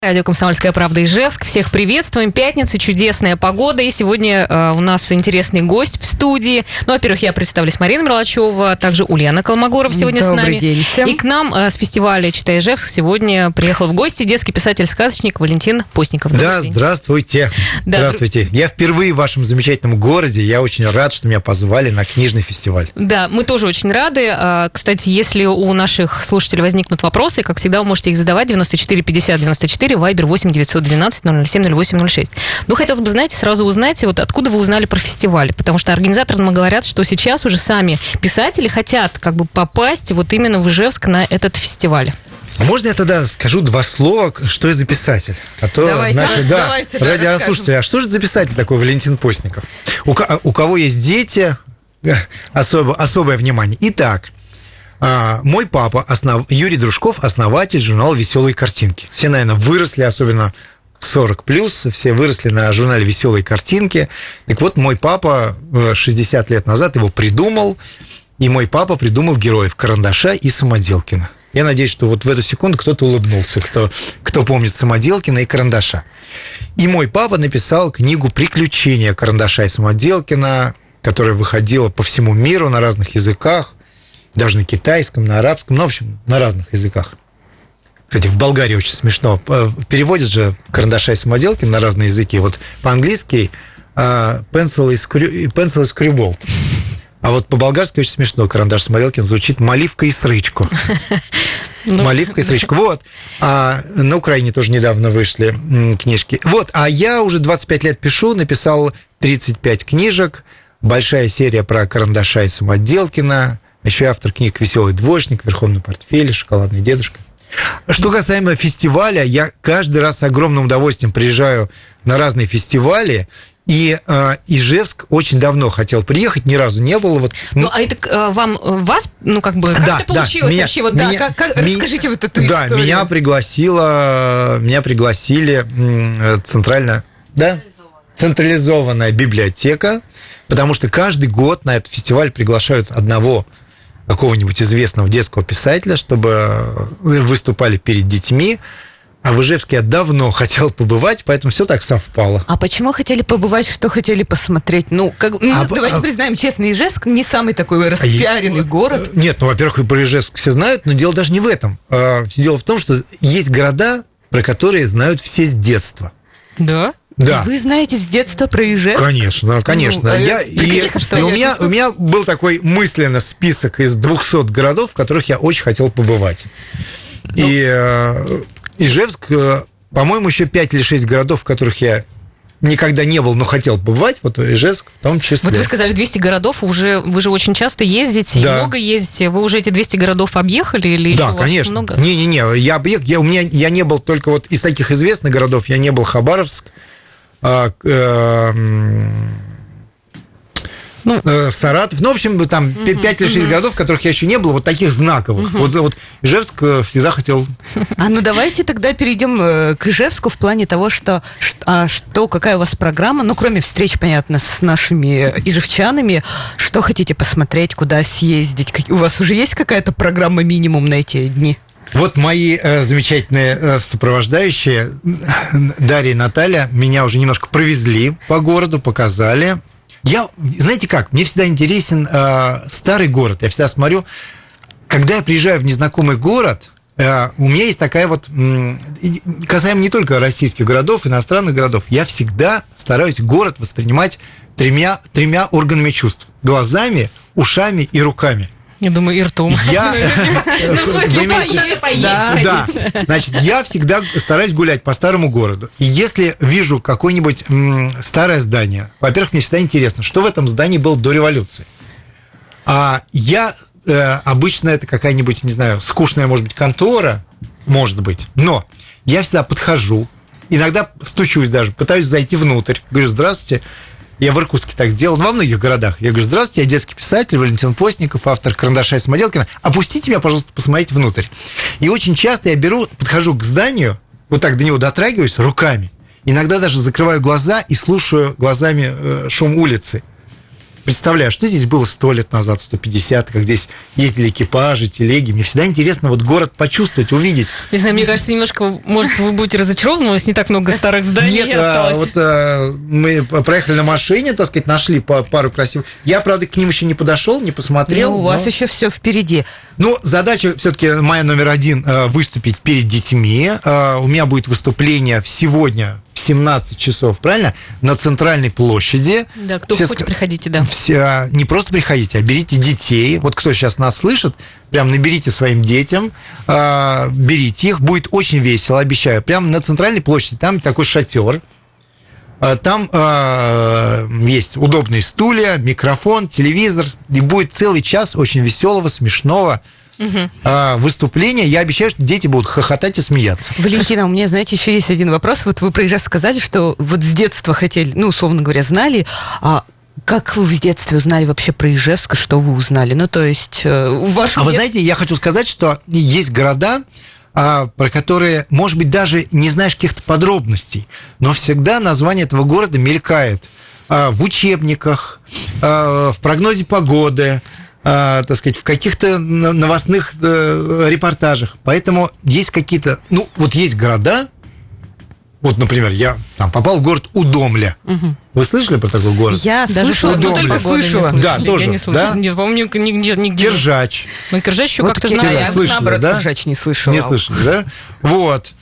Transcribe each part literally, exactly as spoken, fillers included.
Радио «Комсомольская правда» Ижевск. Всех приветствуем. Пятница, чудесная погода. И сегодня э, у нас интересный гость в студии. Ну, во-первых, я представлюсь, Марина Мерлачева, также Ульяна Колмогоров сегодня Добрый с нами. День всем. И к нам э, с фестиваля «Читай Ижевск» сегодня приехал в гости детский писатель-сказочник Валентин Постников. Добрый да, день. здравствуйте. Да, здравствуйте. Я впервые в вашем замечательном городе. Я очень рад, что меня позвали на книжный фестиваль. Да, мы тоже очень рады. Кстати, если у наших слушателей возникнут вопросы, как всегда, вы можете их задавать. девяносто четыре пятьдесят девяносто четыре, вайбер восемь девятьсот двенадцать ноль ноль семь ноль восемь ноль шесть. Ну, хотелось бы, знаете, сразу узнать, вот откуда вы узнали про фестиваль, потому что организаторы нам говорят, что сейчас уже сами писатели хотят как бы попасть вот именно в Ижевск на этот фестиваль. А можно я тогда скажу два слова, что я за писатель? А то давайте, наши, да, давайте, да, радиослушатели, а что же за писатель такой Валентин Постников? У, у кого есть дети, особо, особое внимание. Итак, мой папа, основ... Юрий Дружков, основатель журнала «Веселые картинки». Все, наверное, выросли, особенно сорок плюс, все выросли на журнале «Веселые картинки». Так вот, мой папа шестьдесят лет назад его придумал, и мой папа придумал героев Карандаша и Самоделкина. Я надеюсь, что вот в эту секунду кто-то улыбнулся, кто, кто помнит Самоделкина и Карандаша. И мой папа написал книгу «Приключения Карандаша и Самоделкина», которая выходила по всему миру на разных языках, даже на китайском, на арабском, ну, в общем, на разных языках. Кстати, в Болгарии очень смешно. Переводят же Карандаша и Самоделкин на разные языки. Вот по-английски pencil и screwball. А вот по-болгарски очень смешно. Карандаш Самоделкин звучит «Маливка и срычку». Маливка и срычку. Вот. А на Украине тоже недавно вышли книжки. Вот. А я уже двадцать пять лет пишу, написал тридцать пять книжек. Большая серия про Карандаша и Самоделкина. Еще и автор книг «Веселый двоечник», «Верховный портфель», «Шоколадный дедушка». Что касаемо фестиваля, я каждый раз с огромным удовольствием приезжаю на разные фестивали. И э, Ижевск очень давно хотел приехать, ни разу не было. Вот, ну, а это э, вам, вас, ну, как бы, как да, это получилось да, меня, вообще? Вот, меня, да, как, как, меня, расскажите вот эту да, историю. Меня пригласила, меня пригласили центрально, да, централизованная библиотека, потому что каждый год на этот фестиваль приглашают одного какого-нибудь известного детского писателя, чтобы выступали перед детьми. А в Ижевске я давно хотел побывать, поэтому все так совпало. А почему хотели побывать, что хотели посмотреть? Ну, как, ну а, давайте а, признаем честно, Ижевск не самый такой распиаренный а, город. Нет, ну, во-первых, и про Ижевск все знают, но дело даже не в этом. Дело в том, что есть города, про которые знают все с детства. Да? Да. Вы знаете с детства про Ижевск? Конечно, конечно. Ну, я, и, и, и у, меня, у меня был такой мысленно список из двухсот городов, в которых я очень хотел побывать. Ну. И э, Ижевск, э, по-моему, еще пять или шесть городов, в которых я никогда не был, но хотел побывать, вот Ижевск в том числе. Вот вы сказали двести городов, уже, вы же очень часто ездите, да. И много ездите. Вы уже эти двести городов объехали или да, еще у вас конечно. много? Не-не-не, я объехал, я, у меня, я не был только вот из таких известных городов, я не был Хабаровск, а, э, ну, э, Саратов, ну, в общем, там uh-huh, пять или шесть uh-huh. городов, в которых я еще не был, вот таких знаковых. Uh-huh. Вот, вот Ижевск всегда хотел... А ну давайте тогда перейдем к Ижевску в плане того, что, что, что какая у вас программа, ну, кроме встреч, понятно, с нашими ижевчанами, что хотите посмотреть, куда съездить? У вас уже есть какая-то программа минимум на эти дни? Вот мои э, замечательные э, сопровождающие, Дарья и Наталья, меня уже немножко провезли по городу, показали. Я, знаете как, мне всегда интересен э, старый город. Я всегда смотрю, когда я приезжаю в незнакомый город, э, у меня есть такая вот, э, касаемо не только российских городов, иностранных городов, я всегда стараюсь город воспринимать тремя, тремя органами чувств. Глазами, ушами и руками. Я думаю, и ртом. Я... Ну, в смысле, поесть. Да, значит, я всегда стараюсь гулять по старому городу. И если вижу какое-нибудь старое здание, во-первых, мне всегда интересно, что в этом здании было до революции. А я... Обычно это какая-нибудь, не знаю, скучная, может быть, контора, может быть. Но я всегда подхожу, иногда стучусь даже, пытаюсь зайти внутрь. Говорю, здравствуйте. Я в Иркутске так делал, во многих городах. Я говорю, здравствуйте, я детский писатель Валентин Постников, автор «Карандаша и Самоделкина». Опустите меня, пожалуйста, посмотреть внутрь. И очень часто я беру, подхожу к зданию, вот так до него дотрагиваюсь руками. Иногда даже закрываю глаза и слушаю глазами шум улицы. представляю, что здесь было сто лет назад, сто пятьдесят, как здесь ездили экипажи, телеги. Мне всегда интересно вот город почувствовать, увидеть. Не знаю, мне кажется, немножко, может, вы будете разочарованы, у нас не так много старых зданий Нет, осталось. А, вот а, мы проехали на машине, так сказать, нашли пару красивых. Я, правда, к ним еще не подошел, не посмотрел. Ну, у вас еще все впереди. Ну, задача все-таки моя номер один – выступить перед детьми. У меня будет выступление сегодня в семнадцать часов, правильно? На центральной площади. Да, кто все хочет, ск... приходите, да. Все... Не просто приходите, а берите детей. Вот кто сейчас нас слышит, прям наберите своим детям, берите их, будет очень весело, обещаю. Прям на центральной площади, там такой шатер. Там э, есть удобные стулья, микрофон, телевизор, и будет целый час очень веселого, смешного угу. э, выступления. Я обещаю, что дети будут хохотать и смеяться. Валентина, у меня, знаете, еще есть один вопрос. Вот вы про Ижевск сказали, что вот с детства хотели, ну, условно говоря, знали. А как вы в детстве узнали вообще про Ижевск, что вы узнали? Ну, то есть, в вашем А вы дет... знаете, я хочу сказать, что есть города, А, про которые, может быть, даже не знаешь каких-то подробностей, но всегда название этого города мелькает а, в учебниках, а, в прогнозе погоды, а, так сказать, в каких-то новостных а, репортажах. Поэтому есть какие-то... Ну, вот есть города... Вот, например, я там попал в город Удомля. Угу. Вы слышали про такой город? Я слышала, но только слышала. Да, тоже. Я не слышала. Да? Не помню нигде. нигде. Киржач. Ну, Киржач еще вот как-то Киржач, знаю. Я, слышали, наоборот, да? Киржач не слышала. Не слышали, да? Вот.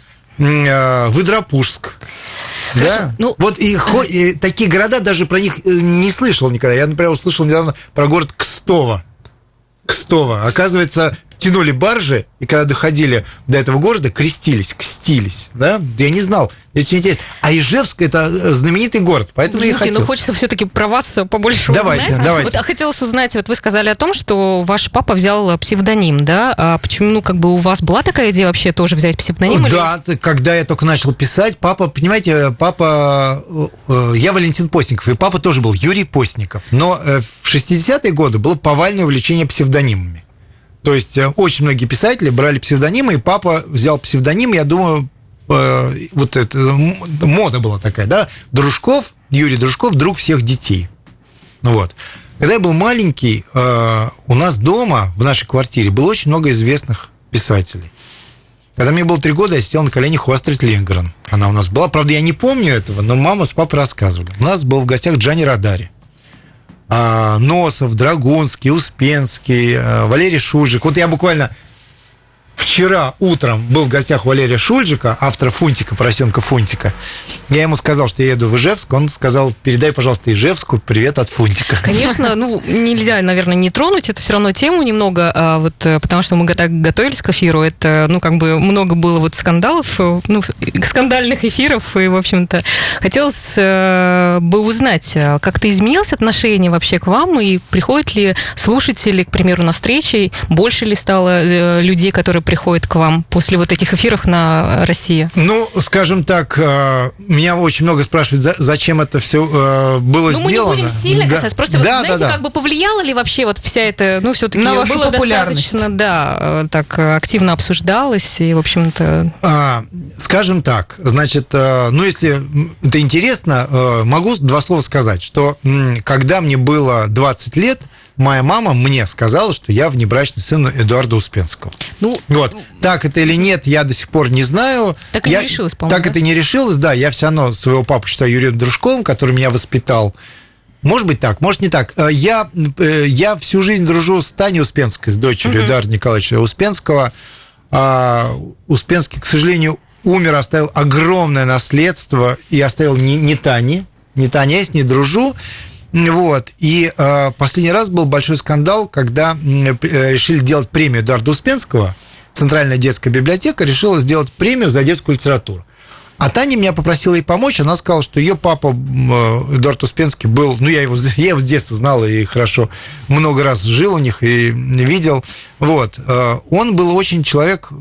Выдропужск. Да? Ну, вот и, и такие города, даже про них не слышал никогда. Я, например, услышал недавно про город Кстово. Кстово. Оказывается, тянули баржи, и когда доходили до этого города, крестились, кстились, да? Я не знал. Это очень интересно. А Ижевск – это знаменитый город, поэтому Извините, я хотел. но хочется все-таки про вас побольше давайте, узнать. Давайте, вот, а хотелось узнать, вот вы сказали о том, что ваш папа взял псевдоним, да? А почему, ну, как бы у вас была такая идея вообще тоже взять псевдоним? Да, или... когда я только начал писать, папа, понимаете, папа, я Валентин Постников, и папа тоже был Юрий Постников, но в шестидесятые годы было повальное увлечение псевдонимами. То есть очень многие писатели брали псевдонимы, и папа взял псевдоним, я думаю, вот это мода была такая, да, Дружков, Юрий Дружков, друг всех детей. Ну вот. Когда я был маленький, у нас дома, в нашей квартире, было очень много известных писателей. Когда мне было три года, я сидел на коленях у Астрид Линдгрен. Она у нас была, правда, я не помню этого, но мама с папой рассказывали. У нас был в гостях Джанни Родари. Носов, Драгунский, Успенский, Валерий Шульжик. Вот я буквально вчера утром был в гостях у Валерия Шульжика, автора «Фунтика», «Поросенка Фунтика». Я ему сказал, что я еду в Ижевск. Он сказал: передай, пожалуйста, Ижевску привет от Фунтика. Конечно, ну, нельзя, наверное, не тронуть. Это все равно тему немного, а вот, потому что мы так готовились к эфиру. Это, ну, как бы много было вот скандалов, ну, скандальных эфиров. И, в общем-то, хотелось бы узнать, как-то изменилось отношение вообще к вам? И приходят ли слушатели, к примеру, на встречи? Больше ли стало людей, которые приходят к вам после вот этих эфиров на России? Ну, скажем так, меня очень много спрашивают, зачем это все было ну, сделано. Ну, мы не будем сильно да. касаться. Просто, да, вот, знаете, да, да. как бы повлияла ли вообще вот вся эта, ну, все-таки на вашу было популярность. Достаточно, да, так активно обсуждалось, и, в общем-то... А, скажем так, значит, ну, если это интересно, могу два слова сказать, что когда мне было двадцать лет, моя мама мне сказала, что я внебрачный сын Эдуарда Успенского. Ну, вот. Так это или нет, я до сих пор не знаю. Так и я, не решилась, по-моему. Так да? это не решилось, да. Я все равно своего папу считаю Юрием Дружковым, который меня воспитал. Может быть так, может не так. Я, я всю жизнь дружу с Таней Успенской, с дочерью uh-huh. Эдуарда Николаевича Успенского. Успенский, к сожалению, умер, оставил огромное наследство и оставил не, не Тане. Не Таня, я с ней дружу. Вот. И э, последний раз был большой скандал, когда э, решили делать премию Эдуарда Успенского. Центральная детская библиотека решила сделать премию за детскую литературу. А Таня меня попросила ей помочь. Она сказала, что ее папа э, Эдуард Успенский был... Ну, я его, я его с детства знал и хорошо много раз жил у них и видел. Вот. Э, он был очень человек...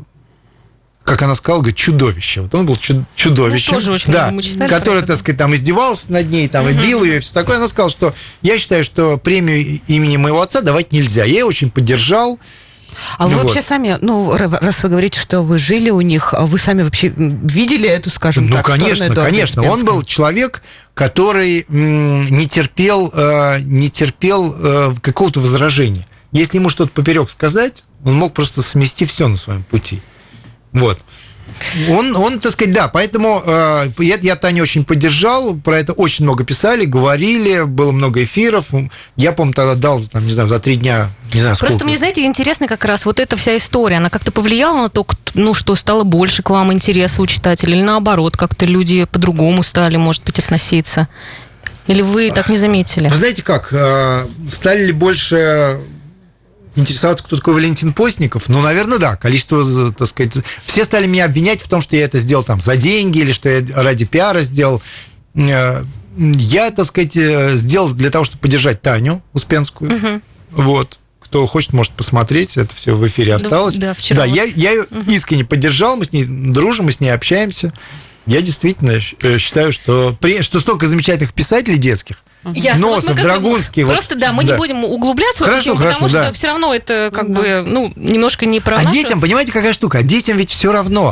как она сказала, говорит, чудовище. Вот он был чудовищем, ну, тоже очень да, читали, который, так сказать, там издевался над ней, там, uh-huh. и бил ее, и все такое. Она сказала, что я считаю, что премию имени моего отца давать нельзя. Я ее очень поддержал. А ну вы вот. вообще сами, ну, раз вы говорите, что вы жили у них, вы сами вообще видели эту, скажем ну, так, конечно, Эдуарда конечно. Он был человек, который м, не терпел, э, не терпел э, какого-то возражения. Если ему что-то поперек сказать, он мог просто смести все на своем пути. Вот. Он, он, так сказать, да, поэтому э, я, я Таню очень поддержал, про это очень много писали, говорили, было много эфиров. Я, по-моему, тогда дал, там, не знаю, за три дня, не знаю, сколько. Просто мне, знаете, интересно как раз вот эта вся история, она как-то повлияла на то, ну, что стало больше к вам интереса у читателей, или наоборот, как-то люди по-другому стали, может быть, относиться? Или вы так не заметили? Вы знаете как, э, стали ли больше интересоваться, кто такой Валентин Постников? Ну, наверное, да. Количество, так сказать... Все стали меня обвинять в том, что я это сделал там за деньги или что я ради пиара сделал. Я, так сказать, сделал для того, чтобы поддержать Таню Успенскую. Угу. Вот. Кто хочет, может посмотреть. Это все в эфире осталось. Да, да, вчера да вот. я, я ее угу. искренне поддержал. Мы с ней дружим, мы с ней общаемся. Я действительно считаю, что, что столько замечательных писателей детских, Ясно. Носов, вот Драгунский. Вот, просто, да, мы да. не будем углубляться хорошо, в эту тему, хорошо, потому да. что все равно это как да. бы, ну, немножко не про А нашу... детям, понимаете, какая штука? А детям ведь все равно.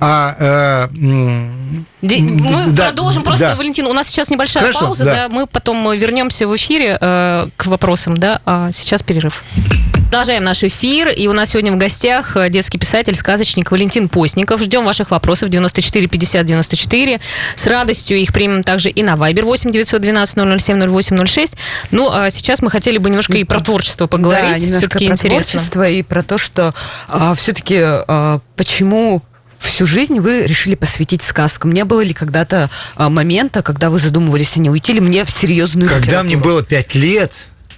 А, э, Де- мы да, продолжим просто, да. Валентин, у нас сейчас небольшая Хорошо, пауза, да. да, мы потом вернемся в эфире э, к вопросам, да, а сейчас перерыв. Продолжаем наш эфир, и у нас сегодня в гостях детский писатель, сказочник Валентин Постников. Ждем ваших вопросов девяносто четыре пятьдесят девяносто четыре. С радостью их примем также и на Viber восемь девятьсот двенадцать ноль ноль семь ноль восемь ноль шесть. Ну, а сейчас мы хотели бы немножко и про творчество поговорить. Да, немножко Все-таки про интересно. творчество и про то, что а, все-таки а, почему... Всю жизнь вы решили посвятить сказкам. Не было ли когда-то а, момента, когда вы задумывались, а не уйти ли мне в серьезную Когда литературу? мне было пять лет,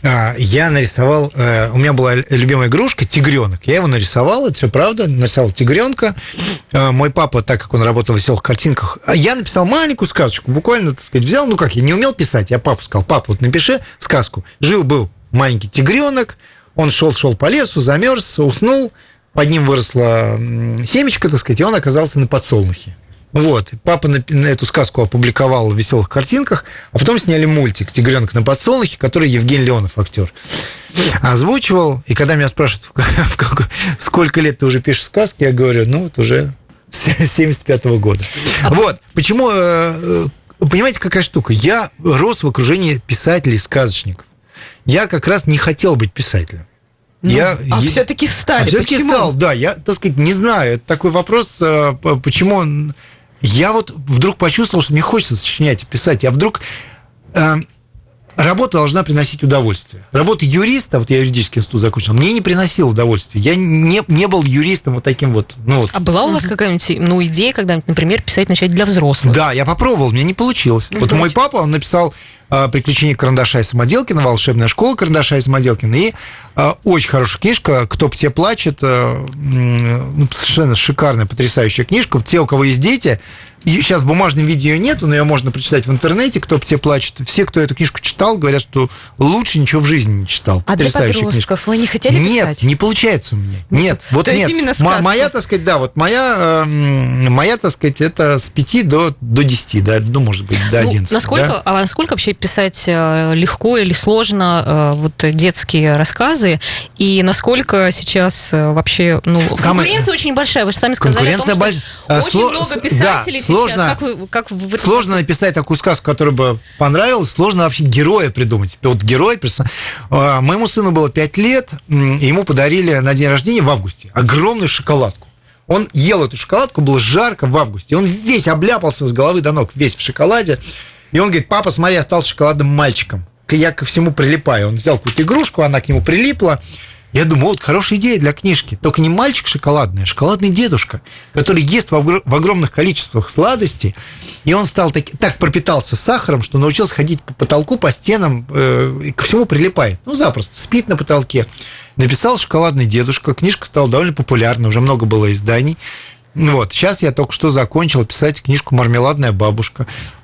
я нарисовал... У меня была любимая игрушка тигренок. Я его нарисовал, это все правда. Нарисовал тигренка. Мой папа, так как он работал в веселых картинках, я написал маленькую сказочку. Буквально, так сказать, взял. Ну как, я не умел писать. Я папа сказал: папа, вот напиши сказку. Жил-был маленький тигренок. Он шел-шел по лесу, замерз, уснул. Под ним выросла семечко, так сказать, и он оказался на подсолнухе. Вот. Папа на, на эту сказку опубликовал в веселых картинках, а потом сняли мультик «Тигренок на подсолнухе», который Евгений Леонов, актер, озвучивал. И когда меня спрашивают, в как, сколько лет ты уже пишешь сказки, я говорю, ну, вот уже с семьдесят пятого года. Вот. Почему... Понимаете, какая штука? Я рос в окружении писателей, сказочников. Я как раз не хотел быть писателем. Ну, я, а я, все-таки стали. А все-таки Почему? стал, да. Я, так сказать, не знаю. Это такой вопрос, почему он... Я вот вдруг почувствовал, что мне хочется сочинять и писать. Я вдруг... Э, работа должна приносить удовольствие. Работа юриста, вот я юридический институт закончил, мне не приносила удовольствия. Я не, не был юристом вот таким вот. Ну, вот. А была у вас какая-нибудь, ну, идея когда-нибудь, например, писать начать для взрослых? Да, я попробовал, мне не получилось. Вот мой папа, он написал «Приключения карандаша и Самоделкина», «Волшебная школа карандаша и Самоделкина», и очень хорошая книжка «Кто по тебе плачет», ну, совершенно шикарная, потрясающая книжка. Те, у кого есть дети, сейчас в бумажном виде ее нету, но ее можно прочитать в интернете. «Кто по тебе плачет». Все, кто эту книжку читал, говорят, что лучше ничего в жизни не читал. А для подростков книжка. Вы не хотели нет, писать? Нет, не получается у меня. Нет, вот то нет. Есть именно сказка. Моя, так сказать, да, вот моя, моя, так сказать, это с пяти до, до десяти, да, ну, может быть, до одиннадцати. Ну, насколько, да? А насколько вообще писать легко или сложно вот детские рассказы, и насколько сейчас вообще, ну, Самое... конкуренция очень большая, вы же сами сказали о том, что больш... очень Сло... много писателей да, сейчас. Сложно, как вы, как вы сложно написать такую сказку, которая бы понравилась, сложно вообще героя придумать. Вот герой, персон... Моему сыну было пять лет, и ему подарили на день рождения в августе огромную шоколадку. Он ел эту шоколадку, было жарко в августе, он весь обляпался с головы до ног, весь в шоколаде. И он говорит: папа, смотри, я стал шоколадным мальчиком. Я ко всему прилипаю. Он взял какую-то игрушку, она к нему прилипла. Я думаю, вот хорошая идея для книжки. Только не мальчик шоколадный, а шоколадный дедушка, который ест в, огр- в огромных количествах сладостей. И он стал так, так пропитался сахаром, что научился ходить по потолку, по стенам, э, и ко всему прилипает. Ну, запросто, спит на потолке. Написал «Шоколадный дедушка». Книжка стала довольно популярной, уже много было изданий. Вот, сейчас я только что закончил писать книжку «Мармеладная бабушка».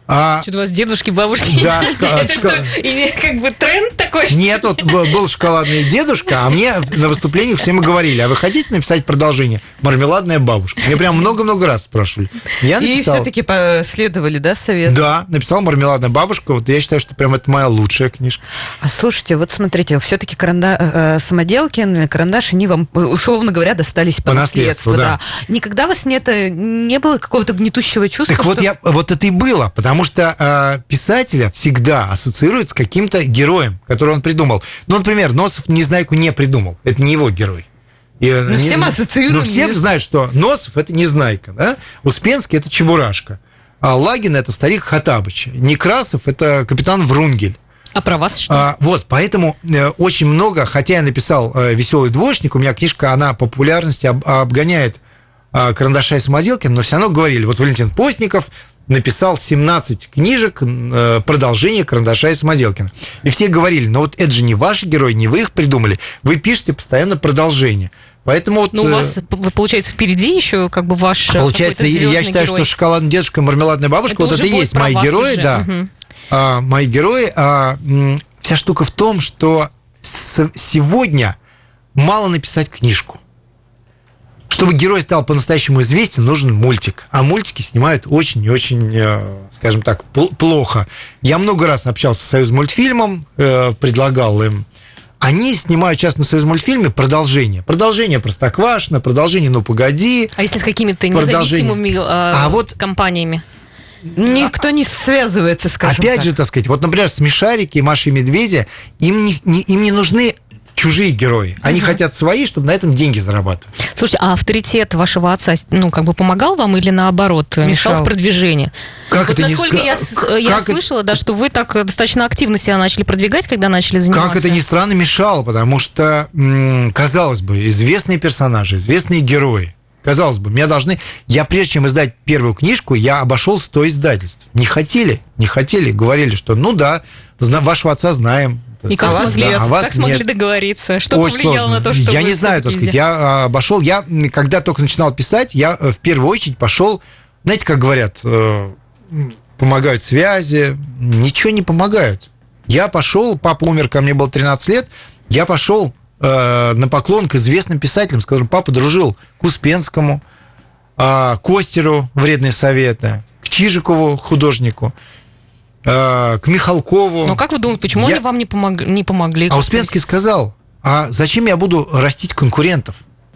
А, Что-то у вас дедушки, бабушки. Да, это что, или как бы тренд такой? Нет, вот был шоколадный дедушка, а мне на выступлениях все мы говорили, а вы хотите написать продолжение «Мармеладная бабушка»? Мне прям много-много раз спрашивали. Я написал. И все-таки последовали, да, совет? Да, написал «Мармеладная бабушка». Вот я считаю, что прям это моя лучшая книжка. А слушайте, вот смотрите, все-таки каранда... э, самоделки, карандаши, они вам, условно говоря, достались по, По наследству. наследству, да. Да. Никогда у вас нет, не было какого-то гнетущего чувства? Так вот, что... я, вот это и было, потому что э, писателя всегда ассоциируют с каким-то героем, который он придумал. Ну, например, Носов «Незнайку» не придумал. Это не его герой. И, ну, не, всем ассоциируем. Ну, всем знают, что Носов – это Незнайка, да? Успенский – это Чебурашка, а Лагин – это старик Хоттабыч, Некрасов – это капитан Врунгель. А про вас что? А, вот, поэтому э, очень много, хотя я написал э, «Веселый двоечник», у меня книжка, она популярности об, обгоняет э, «Карандаша и самоделки», но все равно говорили, вот Валентин Постников написал семнадцать книжек, э, продолжение «Карандаша и самоделкина». И все говорили, ну вот это же не ваши герои, не вы их придумали, вы пишете постоянно продолжение. Поэтому вот, ну, у вас, получается, впереди еще как бы ваш получается, я считаю, герой. что «Шоколадный дедушка» и «Мармеладная бабушка» это вот это и есть мои герои, уже. Да. Угу. А, мои герои. А, м, вся штука в том, что с- сегодня мало написать книжку. Чтобы герой стал по-настоящему известен, нужен мультик. А мультики снимают очень и очень, э, скажем так, пл- плохо. Я много раз общался с Союзмультфильмом, э, предлагал им. Они снимают сейчас на Союзмультфильме продолжение. Продолжение «Простоквашино», продолжение «Ну, погоди». А если с какими-то независимыми э, а вот компаниями? Никто не связывается, скажем Опять так. же, так сказать, вот, например, «Смешарики», «Маша и Медведя», им не, не, им не нужны чужие герои. Они uh-huh. хотят свои, чтобы на этом деньги зарабатывать. Слушайте, а авторитет вашего отца, ну, как бы помогал вам или наоборот, мешал, мешал в продвижении? Как вот это насколько не... я, я как слышала, это... да, что вы так достаточно активно себя начали продвигать, когда начали заниматься. Как это ни странно, мешало, потому что, казалось бы, известные персонажи, известные герои, казалось бы, меня должны... Я, прежде чем издать первую книжку, я обошел сто издательств. Не хотели, не хотели, говорили, что ну да, вашего отца знаем. И как, а смогли, да, а вас как смогли нет. договориться? Что Очень повлияло сложно. на то, что я вы не знаю, так сказать, я обошел, я когда только начинал писать, я в первую очередь пошел, знаете, как говорят, помогают связи, ничего не помогают. Я пошел, папа умер, ко мне было тринадцать лет, я пошел на поклон к известным писателям, с которыми папа дружил, к Успенскому, к Костеру «Вредные советы», к Чижикову, художнику, к Михалкову. Ну, как вы думаете, почему я... они вам не, помог... не помогли? А Успенский сказал, а зачем я буду растить конкурентов?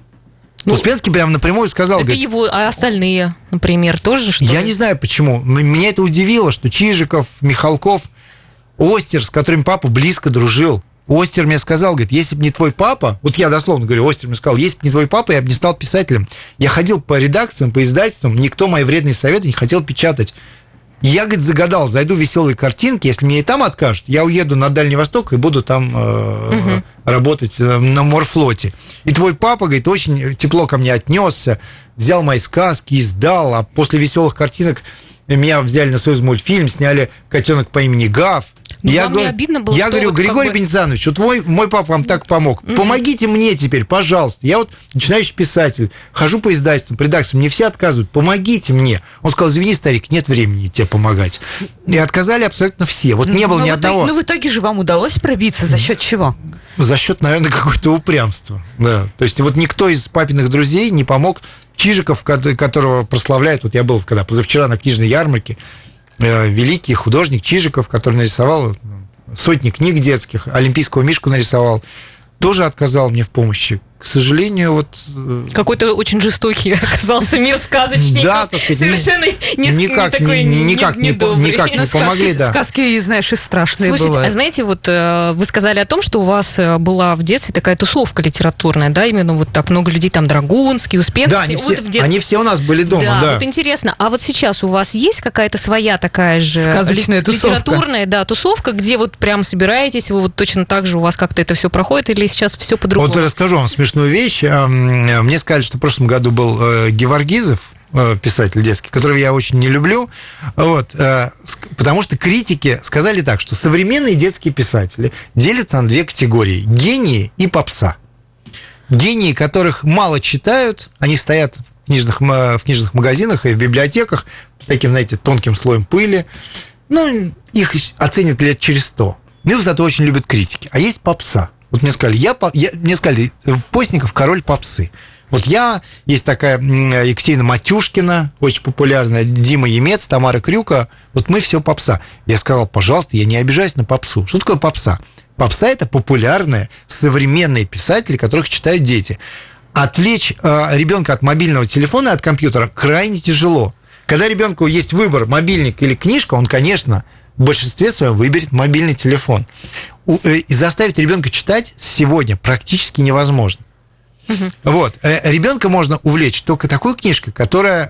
Ну, Успенский прям напрямую сказал. Это говорит, его, а остальные, например, тоже что? Я не знаю почему. Меня это удивило, что Чижиков, Михалков, Остер, с которым папа близко дружил. Остер мне сказал, говорит, если бы не твой папа, вот я дословно говорю, Остер мне сказал, если бы не твой папа, я бы не стал писателем. Я ходил по редакциям, по издательствам, никто мои вредные советы не хотел печатать. Я, говорит, загадал, зайду в «Веселые картинки», если мне и там откажут, я уеду на Дальний Восток и буду там э, угу. работать на морфлоте. И твой папа, говорит, очень тепло ко мне отнесся, взял мои сказки, издал, а после «Веселых картинок» меня взяли на Союзмультфильм, сняли «Котенок по имени Гав». Но я вам говорю, не обидно было, я говорю, вот Григорий как бы... Бензанович, вот твой, мой папа вам так помог, mm-hmm. помогите мне теперь, пожалуйста. Я вот начинающий писатель, хожу по издательствам, по редакциям, мне все отказывают, помогите мне. Он сказал, извини, старик, нет времени тебе помогать. И отказали абсолютно все. Вот не было но ни в одного. Итоге, ну, в итоге же вам удалось пробиться, за счет чего? За счет, наверное, какого-то упрямства. Да. То есть вот никто из папиных друзей не помог. Чижиков, которого прославляют, вот я был когда позавчера на книжной ярмарке, великий художник Чижиков, который нарисовал сотни книг детских, олимпийского мишку нарисовал, тоже отказал мне в помощи. К сожалению, вот... Какой-то очень жестокий оказался мир сказочников. Да, так сказать, совершенно не, никак, не такой не, никак, не, не, никак не помогли, да. Сказки, знаешь, и страшные Слушайте, бывают. а знаете, вот вы сказали о том, что у вас была в детстве такая тусовка литературная, да, именно вот так много людей, там, Драгунский, Успенский. Да, они, вот все, они все у нас были дома, да. да. Вот интересно, а вот сейчас у вас есть какая-то своя такая же сказочная ли, тусовка. Литературная, да, тусовка, где вот прям собираетесь, вы вот точно так же у вас как-то это все проходит, или сейчас все по-другому? Вот я расскажу вам смешную вещь. Мне сказали, что в прошлом году был Геворгизов, писатель детский, которого я очень не люблю, вот, потому что критики сказали так, что современные детские писатели делятся на две категории – гении и попса. Гении, которых мало читают, они стоят в книжных, в книжных магазинах и в библиотеках с таким, знаете, тонким слоем пыли, ну, их оценят лет через сто. Но их зато очень любят критики. А есть попса. Вот мне сказали, я, я, мне сказали, Постников король попсы. Вот я, есть такая Екатерина Матюшкина, очень популярная, Дима Емец, Тамара Крюка, вот мы все попса. Я сказал, пожалуйста, я не обижаюсь на попсу. Что такое попса? Попса – это популярные современные писатели, которых читают дети. Отвлечь э, ребенка от мобильного телефона и от компьютера крайне тяжело. Когда ребенку есть выбор, мобильник или книжка, он, конечно, в большинстве своем выберет мобильный телефон. У, э, и заставить ребенка читать сегодня практически невозможно. Угу. Вот. Ребенка можно увлечь только такой книжкой, которая,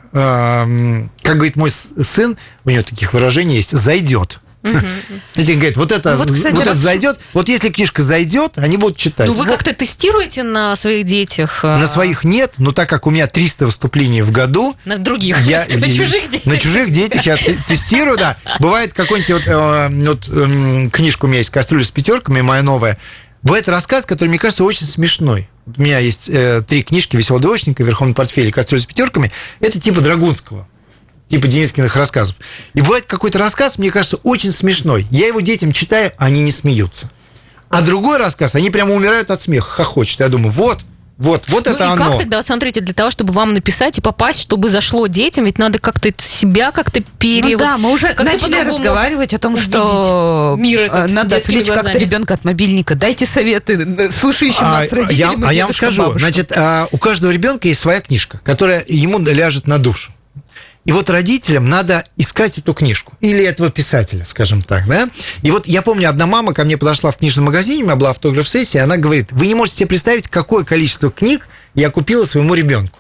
э, как говорит мой сын, у него таких выражений есть, зайдет. Угу. Один говорит, вот это, ну, вот, кстати, вот это зайдет. Вот если книжка зайдет, они будут читать. Ну, вы вот. как-то тестируете на своих детях? На своих нет, но так как у меня триста выступлений в году. На других, я, на чужих детях. На чужих детях я тестирую, да. Бывает какой-нибудь, вот, вот книжка у меня есть «Кастрюля с пятерками», моя новая. Бывает рассказ, который, мне кажется, очень смешной. У меня есть э, три книжки «Веселого двоечника», «Верхом на портфеле», «Кастрюля с пятерками». Это типа Драгунского, типа Денискиных рассказов. И бывает какой-то рассказ, мне кажется, очень смешной. Я его детям читаю, они не смеются. А другой рассказ, они прямо умирают от смеха, хохочут. Я думаю, вот, вот, вот ну это и оно. Как тогда, смотрите, для того, чтобы вам написать и попасть, чтобы зашло детям, ведь надо как-то себя как-то пере... Ну да, мы уже начали разговаривать о том, что мир надо отвлечь глазами. Как-то ребенка от мобильника. Дайте советы слушающим а, нас родителям. Я, а я вам скажу, бабушка. Значит, у каждого ребенка есть своя книжка, которая ему ляжет на душу. И вот родителям надо искать эту книжку. Или этого писателя, скажем так, да? И вот я помню, одна мама ко мне подошла в книжном магазине, у меня была автограф-сессия, и она говорит, вы не можете себе представить, какое количество книг я купила своему ребенку.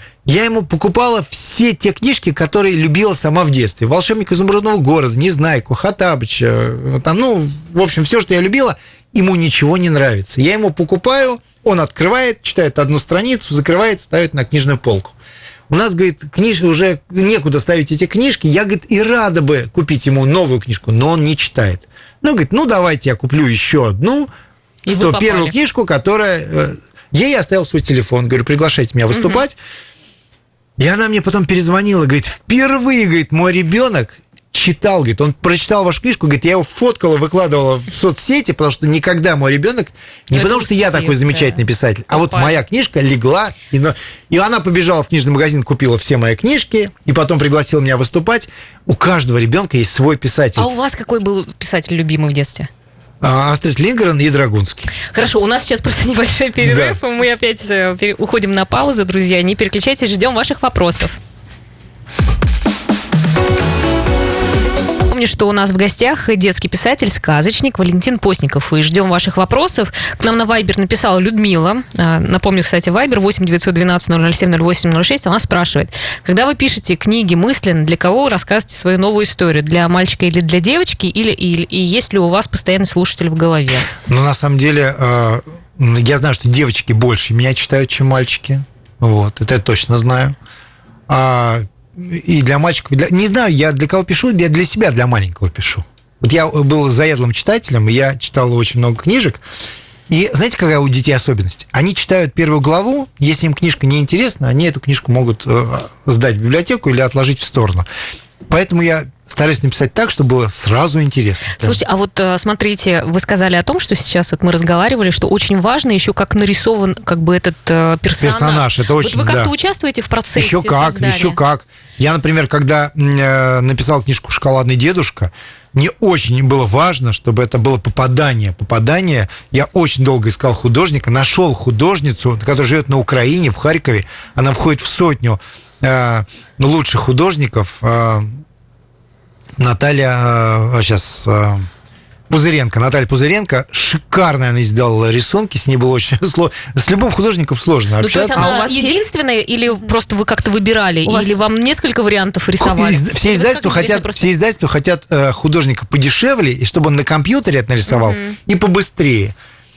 Я ему покупала все те книжки, которые любила сама в детстве. «Волшебник изумрудного города», «Незнайку», «Хоттабыча», там, ну, в общем, все, что я любила, ему ничего не нравится. Я ему покупаю, он открывает, читает одну страницу, закрывает, ставит на книжную полку. У нас, говорит, книж... уже некуда ставить эти книжки. Я, говорит, и рада бы купить ему новую книжку, но он не читает. Ну, говорит, ну, давайте я куплю еще одну, сто первую книжку, которая... Я ей оставил свой телефон, говорю, приглашайте меня выступать. Угу. И она мне потом перезвонила, говорит, впервые, говорит, мой ребенок читал, говорит, он прочитал вашу книжку, говорит, я его фоткала, выкладывала в соцсети, потому что никогда мой ребенок, не это потому что я такой замечательный да. писатель, а вот моя книжка легла, и, и она побежала в книжный магазин, купила все мои книжки, и потом пригласила меня выступать. У каждого ребенка есть свой писатель. А у вас какой был писатель любимый в детстве? Астрид Линдгрен и Драгунский. Хорошо, у нас сейчас просто небольшой перерыв, да. и мы опять уходим на паузу, друзья. Не переключайтесь, ждем ваших вопросов. Напомню, что у нас в гостях детский писатель, сказочник Валентин Постников. И ждем ваших вопросов. К нам на Вайбер написала Людмила. Напомню, кстати, Вайбер восемь девятьсот двенадцать ноль ноль семь ноль восемь ноль шесть. Она спрашивает, когда вы пишете книги мысленно, для кого вы рассказываете свою новую историю? Для мальчика или для девочки? Или, или и есть ли у вас постоянный слушатель в голове? Ну, на самом деле, я знаю, что девочки больше меня читают, чем мальчики. Вот, это я точно знаю. А и для мальчиков, для... не знаю, я для кого пишу, я для себя, для маленького пишу. Вот я был заядлым читателем, и я читал очень много книжек. И знаете, какая у детей особенность? Они читают первую главу, если им книжка не интересна, они эту книжку могут сдать в библиотеку или отложить в сторону. Поэтому я стараюсь написать так, чтобы было сразу интересно. Слушайте, а вот смотрите, вы сказали о том, что сейчас вот мы разговаривали, что очень важно еще как нарисован как бы этот э, персонаж. Персонаж, это очень, вот вы как-то да. участвуете в процессе еще как, создания? Еще как. Я, например, когда э, написал книжку «Шоколадный дедушка», мне очень было важно, чтобы это было попадание. Попадание. Я очень долго искал художника, нашел художницу, которая живет на Украине, в Харькове. Она входит в сотню э, лучших художников. Э, Наталья, сейчас, Пузыренко, Наталья Пузыренко, шикарно она сделала рисунки, с ней было очень сложно, с любым художником сложно общаться. Ну, то есть она а у вас единственная, есть? Или просто вы как-то выбирали, или вас... вам несколько вариантов рисовали? Все издательства хотят, просто... все издательства хотят художника подешевле, и чтобы он на компьютере это нарисовал, mm-hmm. и побыстрее.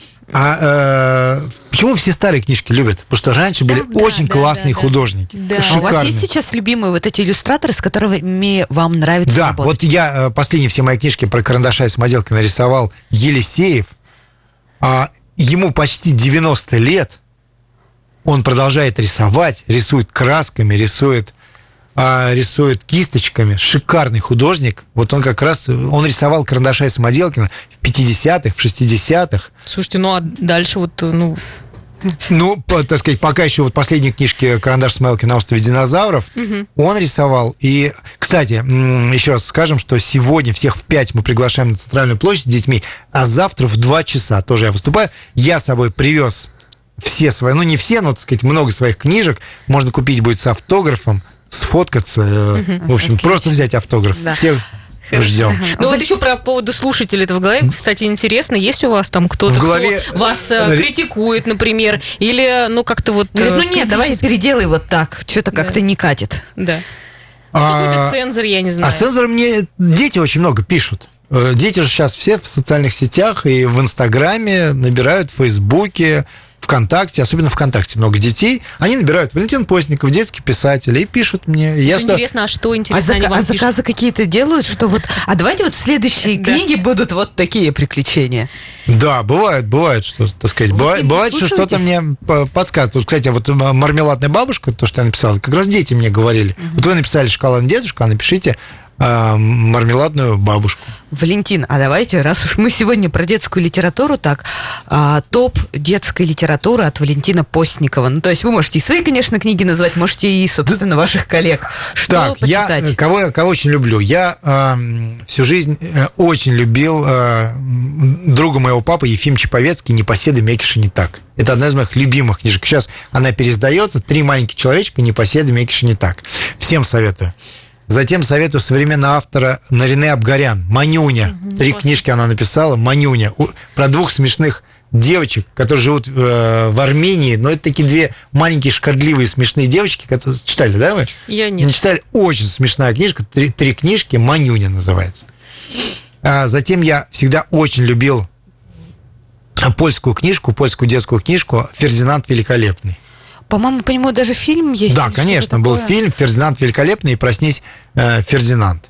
А э, почему все старые книжки любят? Потому что раньше были да, очень да, классные да, художники. Да. А у вас есть сейчас любимые вот эти иллюстраторы, с которыми вам нравится да, работать? Вот я последние все мои книжки про карандаша и самоделки нарисовал Елисеев. А ему почти девяносто лет. Он продолжает рисовать, рисует красками, рисует а, рисует кисточками, шикарный художник. Вот он как раз, он рисовал карандаша и самоделкина в пятидесятых, в шестидесятых. Слушайте, ну а дальше вот, ну... Ну, так сказать, пока еще вот последние книжки «Карандаш Самоделкин на острове динозавров» угу. он рисовал. И, кстати, еще раз скажем, что сегодня всех в пять мы приглашаем на Центральную площадь с детьми, а завтра в два часа тоже я выступаю. Я с собой привез все свои, ну не все, но, так сказать, много своих книжек. Можно купить будет с автографом, сфоткаться. Угу. В общем, отлично. Просто взять автограф. Да. Всех ждем. Ну вот еще про поводу слушателей этого в голове, кстати, интересно, есть у вас там кто-то, голове... кто вас э, критикует, например, или, ну, как-то вот... Говорит, ну, нет, давай переделай вот так, что-то да. как-то не катит. Да. А... Какой-то цензор, я не знаю. А цензор мне... Дети очень много пишут. Дети же сейчас все в социальных сетях и в Инстаграме набирают, в Фейсбуке, ВКонтакте, особенно ВКонтакте много детей, они набирают Валентин Постников, детский писатель, и пишут мне. Я интересно, а что интересно? А, зак- а заказы какие-то делают, что вот, а давайте вот в следующей книге будут вот такие приключения. Да, бывает, бывает, что, так сказать, бывает, бывает что что-то мне подсказывает. Вот, кстати, вот «Мармеладная бабушка», то, что я написал, как раз дети мне говорили. Угу. Вот вы написали «Шоколадный дедушка», а напишите «Мармеладную бабушку». Валентин, а давайте, раз уж мы сегодня про детскую литературу, так, а, топ детской литературы от Валентина Постникова. Ну, то есть вы можете и свои, конечно, книги назвать, можете и, собственно, ваших коллег. Что так, почитать? Я кого, кого очень люблю? Я э, всю жизнь очень любил э, друга моего папы Ефим Чеповецкий «Непоседы Мекиша не так». Это одна из моих любимых книжек. Сейчас она переиздается. «Три маленьких человечка. Непоседы Мекиша не так». Всем советую. Затем советую современного автора Нарине Абгарян «Манюня». Угу, Три классно. Книжки она написала. «Манюня». Про двух смешных девочек, которые живут э, в Армении. Но это такие две маленькие шкодливые смешные девочки, которые читали, да, вы? Я нет. Не читали? Очень смешная книжка. Три, три книжки. «Манюня» называется. А затем я всегда очень любил польскую книжку, польскую детскую книжку «Фердинанд Великолепный». По-моему, по нему даже фильм есть. Да, конечно, был фильм «Фердинанд Великолепный» и «Проснись, э, Фердинанд».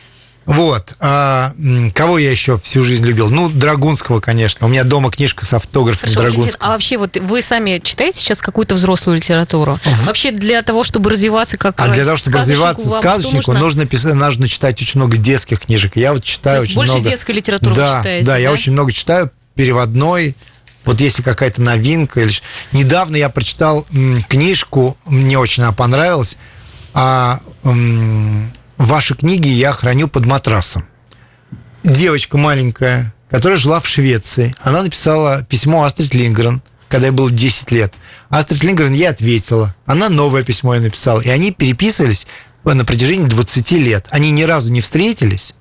Вот. А, кого я еще всю жизнь любил? Ну, Драгунского, конечно. У меня дома книжка с автографом Хорошо, Драгунского. Валентин, а вообще вот вы сами читаете сейчас какую-то взрослую литературу? Uh-huh. Вообще для того, чтобы развиваться как А для того, чтобы развиваться сказочнику, нужно? Нужно, писать, нужно читать очень много детских книжек. Я вот читаю То есть очень больше много... детской литературы да, читаете, да, да? я очень много читаю, переводной. Вот если какая-то новинка или... Недавно я прочитал м, книжку, мне очень она понравилась, а м, ваши книги я храню под матрасом. Девочка маленькая, которая жила в Швеции, она написала письмо Астрид Линдгрен, когда ей было десять лет. Астрид Линдгрен ей ответила. Она новое письмо ей написала, и они переписывались на протяжении двадцати лет. Они ни разу не встретились.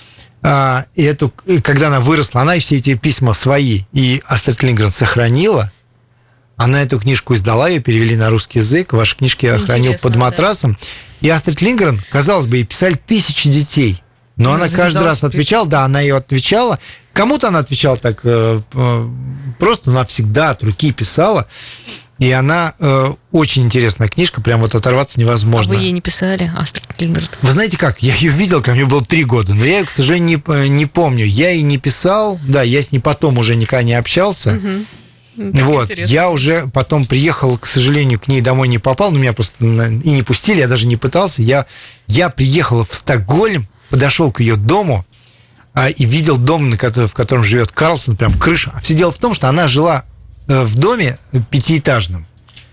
А, и эту, и когда она выросла, она и все эти письма свои, и Астрид Линдгрен сохранила. Она эту книжку издала, ее перевели на русский язык. Ваши книжки я Интересно, хранил под матрасом. Да. И Астрид Линдгрен, казалось бы, ей писали тысячи детей. Но ну, она каждый раз отвечала, да, она ее отвечала. Кому-то она отвечала так э, э, просто, она всегда от руки писала. И она э, очень интересная книжка, прям вот оторваться невозможно. А вы ей не писали, Астрид Линдгрен? Вы знаете как, я ее видел, когда мне было три года, но я ее, к сожалению, не, не помню. Я ей не писал, да, я с ней потом уже никогда не общался. Угу. Вот, интересно. Я уже потом приехал, к сожалению, к ней домой не попал, но меня просто и не пустили, я даже не пытался. Я, я приехал в Стокгольм, подошел к ее дому а, и видел дом, на который, в котором живет Карлсон, прям крыша. А все дело в том, что она жила в доме пятиэтажном,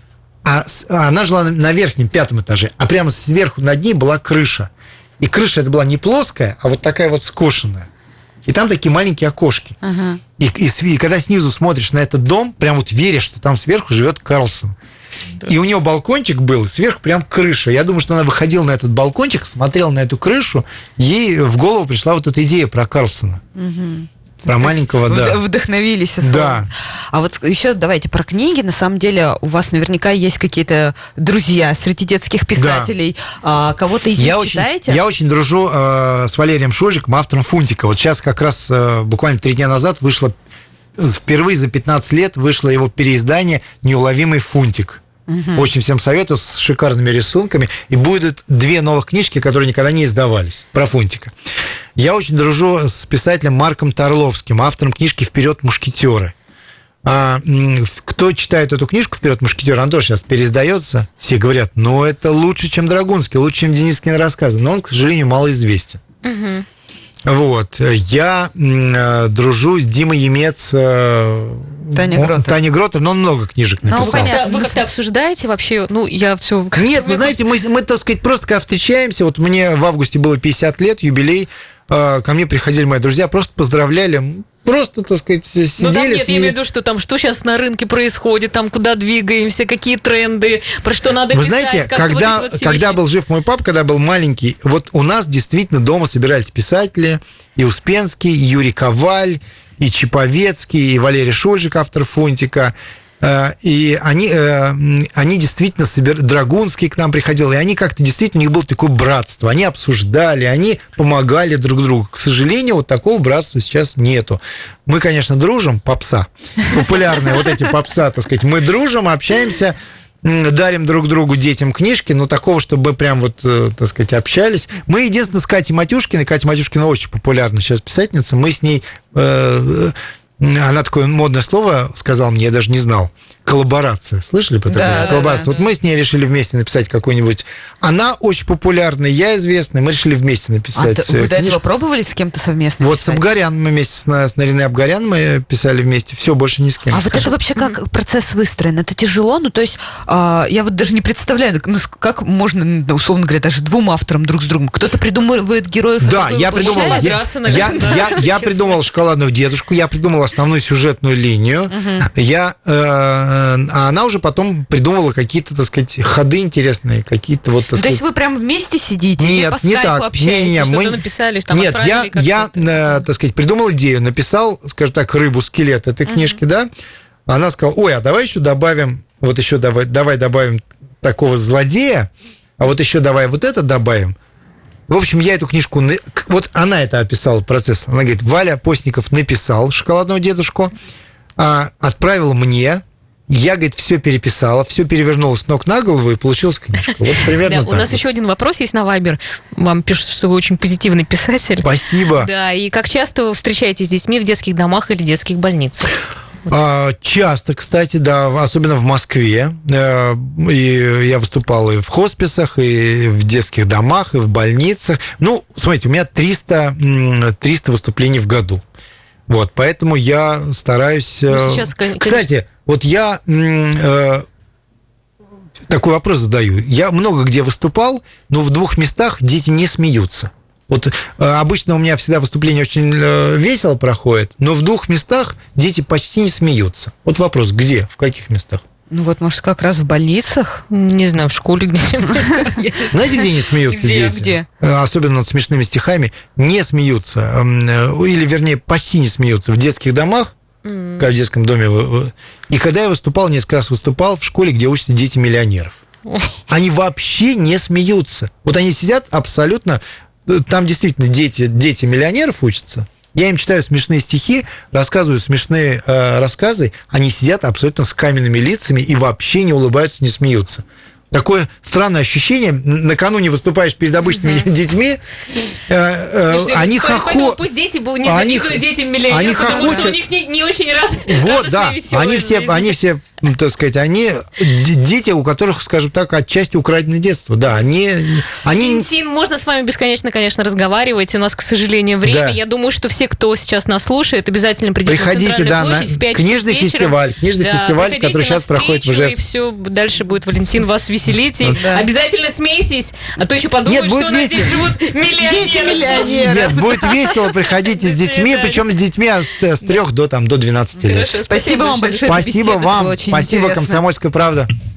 а она жила на верхнем, пятом этаже, а прямо сверху над ней была крыша. И крыша это была не плоская, а вот такая вот скошенная. И там такие маленькие окошки. Ага. И, и, и когда снизу смотришь на этот дом, прям вот веришь, что там сверху живет Карлсон. Да. И у нее балкончик был, сверху прям крыша. Я думаю, что она выходила на этот балкончик, смотрела на эту крышу, ей в голову пришла вот эта идея про Карлсона. Угу. Про То маленького, да. Вдохновились. Да. А вот еще давайте про книги. На самом деле у вас наверняка есть какие-то друзья среди детских писателей. Да. А, кого-то из них я читаете? Очень, я очень дружу э, с Валерием Шуржиком, автором «Фунтика». Вот сейчас как раз э, буквально три дня назад вышло, впервые за пятнадцать лет вышло его переиздание «Неуловимый Фунтик». Угу. Очень всем советую, с шикарными рисунками. И будет две новых книжки, которые никогда не издавались, про Фунтика. Я очень дружу с писателем Марком Торловским, автором книжки «Вперед, мушкетеры». А, кто читает эту книжку «Вперед, мушкетер», она тоже сейчас переиздается. Все говорят, ну, это лучше, чем Драгунский, лучше, чем Денискины рассказы. Но он, к сожалению, малоизвестен. Угу. Вот. Я э, дружу с Димой Емец, э, Таня Гротер. Таня Гротер, но он много книжек написал. Ну, понятно. Вы как-то обсуждаете вообще? Ну, я все... Нет, вы знаете, мы, мы, так сказать, просто когда встречаемся, вот мне в августе было пятьдесят лет, юбилей, э, ко мне приходили мои друзья, просто поздравляли. Просто, так сказать, сидели... Ну, там нет, с... я имею в виду, что там, что сейчас на рынке происходит, там, куда двигаемся, какие тренды, про что надо Вы писать. знаете, как когда, вот вот когда был жив мой папа, когда был маленький, вот у нас действительно дома собирались писатели, и Успенский, и Юрий Коваль, и Чаповецкий, и Валерий Шульжик, автор «Фунтика». И они, они действительно собирали, Драгунский к нам приходил, и они как-то действительно, у них было такое братство, они обсуждали, они помогали друг другу. К сожалению, вот такого братства сейчас нету. Мы, конечно, дружим, попса, популярные вот эти попса, так сказать, мы дружим, общаемся, дарим друг другу детям книжки, но такого, чтобы мы прям вот, так сказать, общались. Мы, единственное, с Катей Матюшкиной, Катя Матюшкина очень популярна сейчас писательница, мы с ней... Она такое модное слово сказала мне, я даже не знал. Коллаборация. Слышали про такое? Да, Коллаборация. да, вот да. мы с ней решили вместе написать какой-нибудь... Она очень популярная, я известный, мы решили вместе написать. А ты, вы до книжку. этого пробовали с кем-то совместно Вот писать? с Абгарян мы вместе, с, с Нариной Абгарян мы писали вместе. Все, больше ни с кем. А вот это вообще как mm-hmm. процесс выстроен? Это тяжело? Ну, то есть, а, я вот даже не представляю, ну, как можно, ну, условно говоря, даже двум авторам друг с другом. Кто-то придумывает героев. Да, я придумал, я, драться, наверное, я, да, я, я придумал «Шоколадного дедушку», я придумал основную сюжетную линию, uh-huh. я, э, а она уже потом придумала какие-то, так сказать, ходы интересные, какие-то вот, так То сказать... есть вы прям вместе сидите Нет, или по не скайпу так. общаетесь? Не, не, Что-то мы... написали, там Нет, я, я э, так сказать, придумал идею, написал, скажем так, рыбу-скелет этой uh-huh. книжки, да, она сказала, ой, а давай еще добавим, вот еще давай, давай добавим такого злодея, а вот еще давай вот это добавим. В общем, я эту книжку... Вот она это описала, процесс. Она говорит, Валя Постников написал «Шоколадного дедушку», отправил мне, я, говорит, все переписала, все перевернула с ног на голову, и получилась книжка. Вот примерно да, так. У нас вот. еще один вопрос есть на Вайбер. Вам пишут, что вы очень позитивный писатель. Спасибо. Да, и как часто вы встречаетесь с детьми в детских домах или детских больницах? Часто, кстати, да, особенно в Москве. И я выступал и в хосписах, и в детских домах, и в больницах. Ну, смотрите, у меня триста, триста выступлений в году. Вот, поэтому я стараюсь... Ну, сейчас, конечно... Кстати, вот я э, такой вопрос задаю. Я много где выступал, но в двух местах дети не смеются. Вот э, обычно у меня всегда выступление очень э, весело проходит, но в двух местах дети почти не смеются. Вот вопрос, где, в каких местах? Ну вот, может, как раз в больницах? Не знаю, в школе где-нибудь. Знаете, где не смеются Где? дети? Где? Особенно над смешными стихами. Не смеются. Или, вернее, почти не смеются в детских домах, mm. в детском доме. И когда я выступал, несколько раз выступал в школе, где учатся дети миллионеров. Они вообще не смеются. Вот они сидят абсолютно... Там действительно дети, дети миллионеров учатся. Я им читаю смешные стихи, рассказываю смешные э, рассказы, они сидят абсолютно с каменными лицами и вообще не улыбаются, не смеются. Такое странное ощущение. Накануне выступаешь перед обычными uh-huh. детьми, э, э, Слушайте, они хохочут. Пусть дети не завидуют детям миллионеров, они потому хохочут. что у них не, не очень рад, вот, да. Они все, они все, так сказать, они дети, у которых, скажем так, отчасти украдено детство. Да, они, они... Валентин, можно с вами бесконечно, конечно, разговаривать. У нас, к сожалению, время. Да. Я думаю, что все, кто сейчас нас слушает, обязательно придет Приходите, на Центральную да, площадь на в пять книжный часов вечера. фестиваль, книжный да, фестиваль, который сейчас проходит в Ижевске. И все, дальше будет Валентин вас веселить. И да. Обязательно смейтесь, а то еще подумают, Нет, будет что у нас здесь живут миллионеры. Дети миллионеры. Нет, будет весело, приходите с детьми, причем с детьми с трех до двенадцати лет. Спасибо вам большое. Спасибо вам, спасибо, «Комсомольская правда».